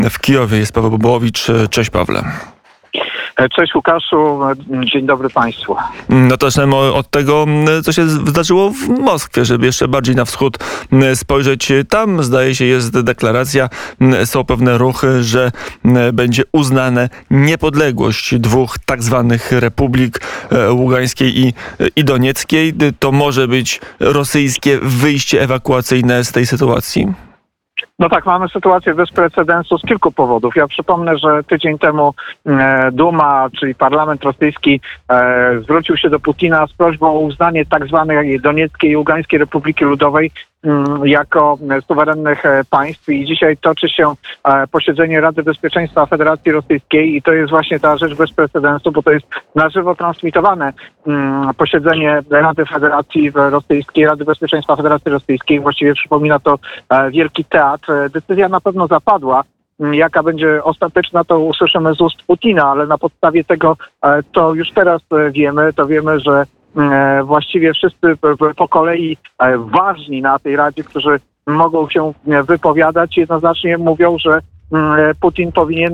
w Kijowie jest Paweł Bobołowicz. Cześć, Pawle. Cześć, Łukaszu. Dzień dobry Państwu. No to zaczynamy od tego, co się wydarzyło w Moskwie, żeby jeszcze bardziej na wschód spojrzeć. Tam, zdaje się, jest deklaracja, są pewne ruchy, że będzie uznane niepodległość dwóch tak zwanych republik, Ługańskiej i Donieckiej. To może być rosyjskie wyjście ewakuacyjne z tej sytuacji? No tak, mamy sytuację bez precedensu z kilku powodów. Ja przypomnę, że tydzień temu Duma, czyli parlament rosyjski, zwrócił się do Putina z prośbą o uznanie tak zwanej Donieckiej i Ługańskiej Republiki Ludowej jako suwerennych państw i dzisiaj toczy się posiedzenie Rady Bezpieczeństwa Federacji Rosyjskiej i to jest właśnie ta rzecz bez precedensu, bo to jest na żywo transmitowane posiedzenie Rady Federacji Rosyjskiej, Rady Bezpieczeństwa Federacji Rosyjskiej. Właściwie przypomina to wielki teatr. Decyzja na pewno zapadła. Jaka będzie ostateczna, to usłyszymy z ust Putina, ale na podstawie tego, co już teraz wiemy, to wiemy, że właściwie wszyscy po kolei ważni na tej Radzie, którzy mogą się wypowiadać, jednoznacznie mówią, że Putin powinien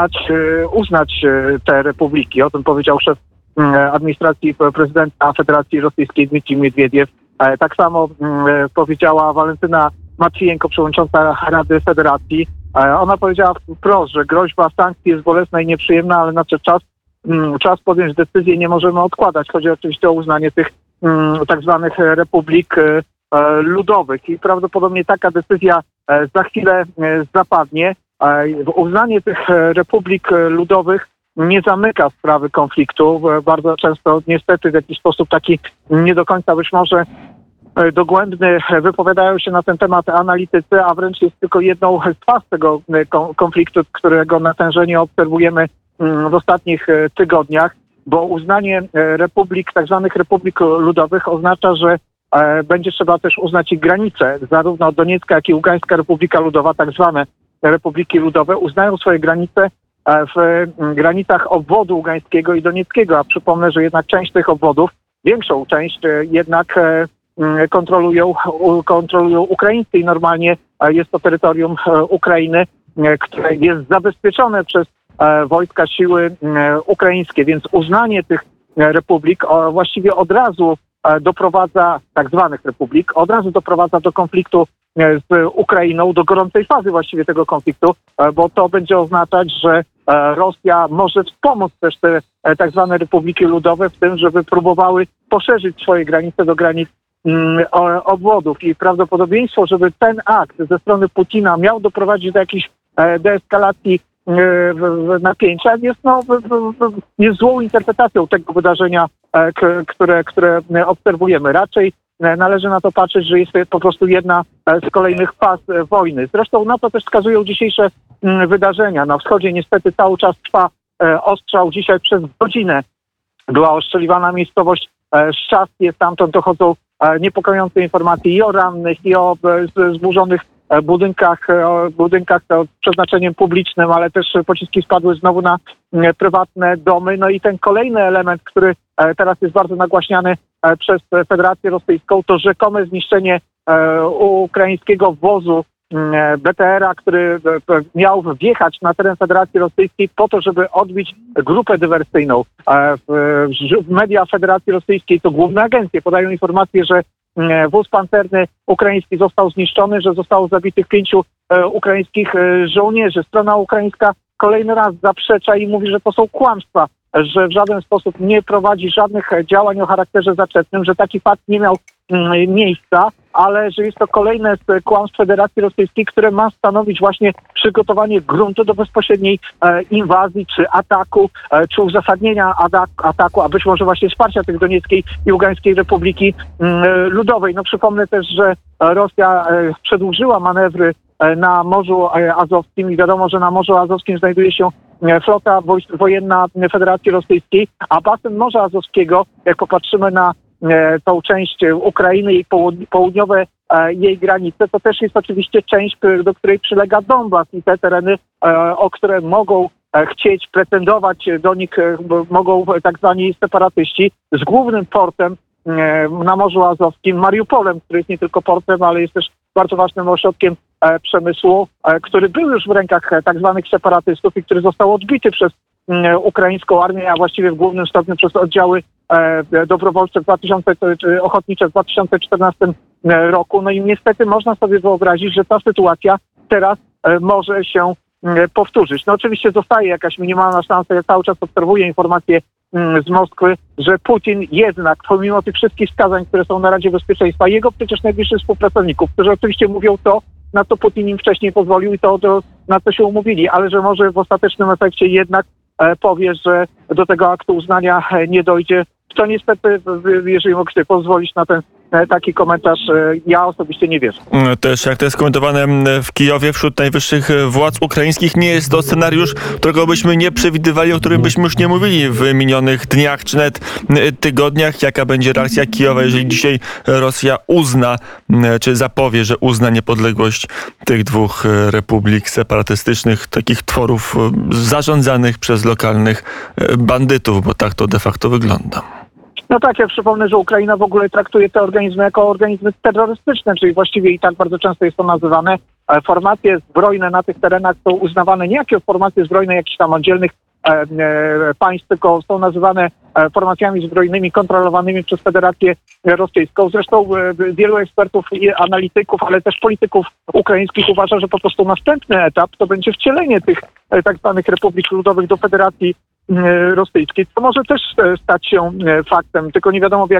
uznać te republiki. O tym powiedział szef administracji prezydenta Federacji Rosyjskiej Dmitrij Miedwiediew. Tak samo powiedziała Walentyna Matwijenko, przewodnicząca Rady Federacji. Ona powiedziała wprost, że groźba sankcji jest bolesna i nieprzyjemna, ale nadszedł czas podjąć decyzję, nie możemy odkładać. Chodzi oczywiście o uznanie tych tak zwanych republik ludowych i prawdopodobnie taka decyzja za chwilę zapadnie. Uznanie tych republik ludowych nie zamyka sprawy konfliktu. Bardzo często niestety w jakiś sposób taki nie do końca być może dogłębny wypowiadają się na ten temat analitycy, a wręcz jest tylko jedną z faz tego konfliktu, którego natężenie obserwujemy w ostatnich tygodniach, bo uznanie republik, tak zwanych republik ludowych oznacza, że będzie trzeba też uznać ich granice. Zarówno Doniecka, jak i Ługańska Republika Ludowa, tak zwane republiki ludowe, uznają swoje granice w granicach obwodu ługańskiego i donieckiego, a przypomnę, że jednak część tych obwodów, większą część jednak kontrolują Ukraińcy i normalnie jest to terytorium Ukrainy, które jest zabezpieczone przez wojska, siły ukraińskie, więc uznanie tych republik właściwie od razu doprowadza, tak zwanych republik, od razu doprowadza do konfliktu z Ukrainą, do gorącej fazy właściwie tego konfliktu, bo to będzie oznaczać, że Rosja może wspomóc też te tak zwane republiki ludowe w tym, żeby próbowały poszerzyć swoje granice do granic obwodów i prawdopodobieństwo, żeby ten akt ze strony Putina miał doprowadzić do jakiejś deeskalacji napięcia jest złą interpretacją tego wydarzenia, które obserwujemy. Raczej należy na to patrzeć, że jest to po prostu jedna z kolejnych faz wojny. Zresztą na to też wskazują dzisiejsze wydarzenia. Na wschodzie niestety cały czas trwa ostrzał. Dzisiaj przez godzinę była ostrzeliwana miejscowość Szczastie. Stamtąd dochodzą niepokojące informacje i o rannych, i o zburzonych budynkach z przeznaczeniem publicznym, ale też pociski spadły znowu na prywatne domy. No i ten kolejny element, który teraz jest bardzo nagłaśniany przez Federację Rosyjską, to rzekome zniszczenie ukraińskiego wozu BTR-a, który miał wjechać na teren Federacji Rosyjskiej po to, żeby odbić grupę dywersyjną. Media Federacji Rosyjskiej, to główne agencje, podają informację, że wóz pancerny ukraiński został zniszczony, że zostało zabitych 5 ukraińskich żołnierzy. Strona ukraińska kolejny raz zaprzecza i mówi, że to są kłamstwa, że w żaden sposób nie prowadzi żadnych działań o charakterze zaczepnym, że taki fakt nie miał miejsca, ale że jest to kolejne z kłamstw Federacji Rosyjskiej, które ma stanowić właśnie przygotowanie gruntu do bezpośredniej inwazji, czy ataku, czy uzasadnienia ataku, a być może właśnie wsparcia tych Donieckiej i Ługańskiej Republiki Ludowej. No przypomnę też, że Rosja przedłużyła manewry na Morzu Azowskim i wiadomo, że na Morzu Azowskim znajduje się flota wojenna Federacji Rosyjskiej, a basen Morza Azowskiego, jak popatrzymy na tą część Ukrainy i południowe jej granice, to też jest oczywiście część, do której przylega Donbas i te tereny, o które mogą chcieć pretendować do nich, mogą tak zwani separatyści z głównym portem na Morzu Azowskim, Mariupolem, który jest nie tylko portem, ale jest też bardzo ważnym ośrodkiem przemysłu, który był już w rękach tak zwanych separatystów i który został odbity przez ukraińską armię, a właściwie w głównym stopniu przez oddziały dobrowolcze ochotnicze w 2014 roku. No i niestety można sobie wyobrazić, że ta sytuacja teraz może się powtórzyć. No oczywiście zostaje jakaś minimalna szansa. Ja cały czas obserwuję informacje z Moskwy, że Putin jednak, pomimo tych wszystkich wskazań, które są na Radzie Bezpieczeństwa, jego przecież najbliższych współpracowników, którzy oczywiście mówią to, na co Putin im wcześniej pozwolił i to na co się umówili, ale że może w ostatecznym efekcie jednak powie, że do tego aktu uznania nie dojdzie. To niestety, jeżeli mogę sobie pozwolić na ten taki komentarz, ja osobiście nie wierzę. Też jak to jest komentowane w Kijowie wśród najwyższych władz ukraińskich, nie jest to scenariusz, którego byśmy nie przewidywali, o którym byśmy już nie mówili w minionych dniach czy nawet tygodniach. Jaka będzie reakcja Kijowa, jeżeli dzisiaj Rosja uzna, czy zapowie, że uzna niepodległość tych dwóch republik separatystycznych, takich tworów zarządzanych przez lokalnych bandytów, bo tak to de facto wygląda. No tak, ja przypomnę, że Ukraina w ogóle traktuje te organizmy jako organizmy terrorystyczne, czyli właściwie i tak bardzo często jest to nazywane. Formacje zbrojne na tych terenach są uznawane nie jako formacje zbrojne jakichś tam oddzielnych państw, tylko są nazywane formacjami zbrojnymi kontrolowanymi przez Federację Rosyjską. Zresztą wielu ekspertów i analityków, ale też polityków ukraińskich uważa, że po prostu następny etap to będzie wcielenie tych tak zwanych republik ludowych do Federacji Rosyjskiej, co może też stać się faktem, tylko nie wiadomo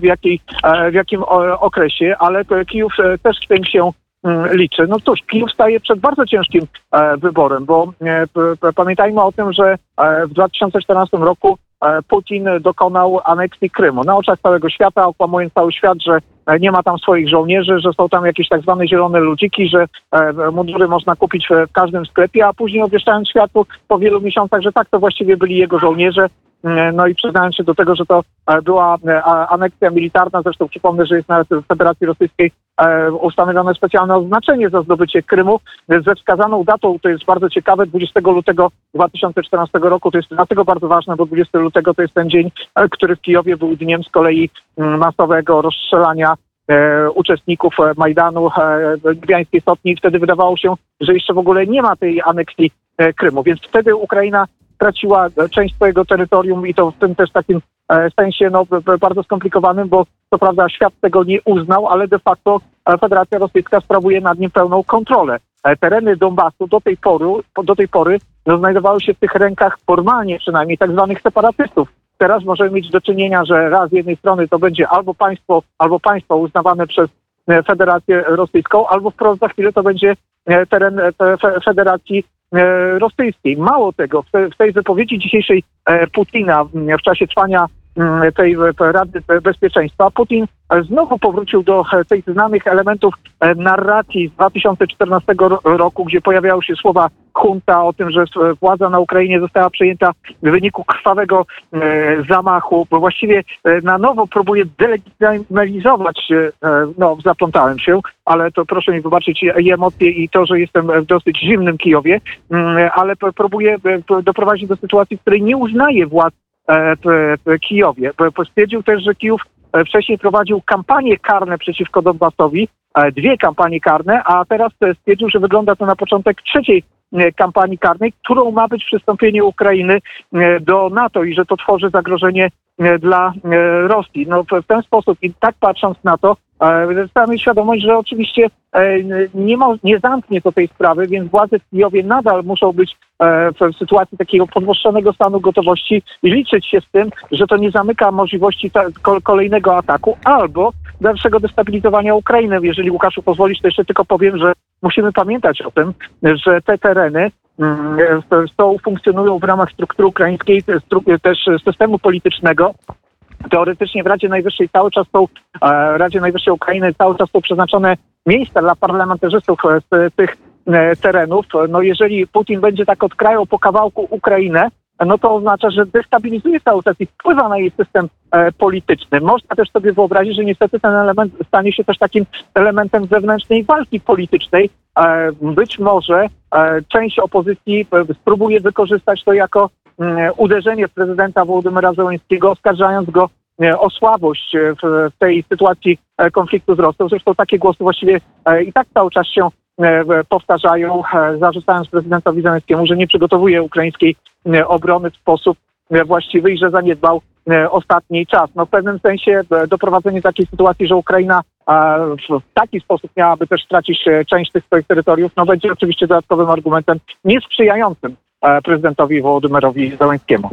w jakim okresie, ale Kijów też w tym się liczy. No cóż, Kijów staje przed bardzo ciężkim wyborem, bo pamiętajmy o tym, że w 2014 roku Putin dokonał aneksji Krymu na oczach całego świata, okłamując cały świat, że nie ma tam swoich żołnierzy, że są tam jakieś tak zwane zielone ludziki, że mundury można kupić w każdym sklepie, a później obwieszczając światu po wielu miesiącach, że tak, to właściwie byli jego żołnierze. No i przyznając się do tego, że to była aneksja militarna. Zresztą przypomnę, że jest nawet w Federacji Rosyjskiej ustanowione specjalne oznaczenie za zdobycie Krymu ze wskazaną datą, to jest bardzo ciekawe, 20 lutego 2014 roku. To jest dlatego bardzo ważne, bo 20 lutego to jest ten dzień, który w Kijowie był dniem z kolei masowego rozstrzelania uczestników Majdanu, Lubjańskiej Sotni. Wtedy wydawało się, że jeszcze w ogóle nie ma tej aneksji Krymu, więc wtedy Ukraina straciła część swojego terytorium i to w tym też takim sensie bardzo skomplikowanym, bo co prawda świat tego nie uznał, ale de facto Federacja Rosyjska sprawuje nad nim pełną kontrolę. Tereny Donbasu do tej pory znajdowały się w tych rękach formalnie przynajmniej tak zwanych separatystów. Teraz możemy mieć do czynienia, że raz z jednej strony to będzie albo państwo uznawane przez Federację Rosyjską, albo wprost za chwilę to będzie teren Federacji Rosyjskiej. Mało tego, w tej wypowiedzi dzisiejszej Putina w czasie trwania tej Rady Bezpieczeństwa Putin znowu powrócił do tych znanych elementów narracji z 2014 roku, gdzie pojawiały się słowa junta o tym, że władza na Ukrainie została przejęta w wyniku krwawego zamachu, bo właściwie na nowo próbuje delegitymalizować, zaplątałem się, ale to proszę mi wybaczyć i emocje i to, że jestem w dosyć zimnym Kijowie, ale próbuje doprowadzić do sytuacji, w której nie uznaje władz w Kijowie. Stwierdził też, że Kijów wcześniej prowadził kampanie karne przeciwko Donbasowi, 2 kampanie karne, a teraz stwierdził, że wygląda to na początek 3. kampanii karnej, którą ma być przystąpienie Ukrainy do NATO i że to tworzy zagrożenie dla Rosji. No w ten sposób i tak patrząc na to, trzeba mieć świadomość, że oczywiście nie zamknie to tej sprawy, więc władze w Kijowie nadal muszą być w sytuacji takiego podwyższonego stanu gotowości i liczyć się z tym, że to nie zamyka możliwości kolejnego ataku albo dalszego destabilizowania Ukrainy. Jeżeli Łukaszu pozwolisz, to jeszcze tylko powiem, że musimy pamiętać o tym, że te tereny funkcjonują w ramach struktury ukraińskiej, też systemu politycznego. Teoretycznie w Radzie Najwyższej Radzie Najwyższej Ukrainy cały czas są przeznaczone miejsca dla parlamentarzystów z tych terenów. No jeżeli Putin będzie tak odkrajał po kawałku Ukrainę, no to oznacza, że destabilizuje cały czas i wpływa na jej system polityczny. Można też sobie wyobrazić, że niestety ten element stanie się też takim elementem zewnętrznej walki politycznej. Być może część opozycji spróbuje wykorzystać to jako uderzenie w prezydenta Wołodymyra Zełenskiego, oskarżając go o słabość w tej sytuacji konfliktu z Rosją. Zresztą takie głosy właściwie i tak cały czas się powtarzają, zarzucając prezydentowi Zełenskiemu, że nie przygotowuje ukraińskiej obrony w sposób właściwy i że zaniedbał ostatni czas. No w pewnym sensie doprowadzenie takiej sytuacji, że Ukraina w taki sposób miałaby też stracić część tych swoich terytoriów, no będzie oczywiście dodatkowym argumentem niesprzyjającym prezydentowi Wołodymyrowi Zełenskiemu.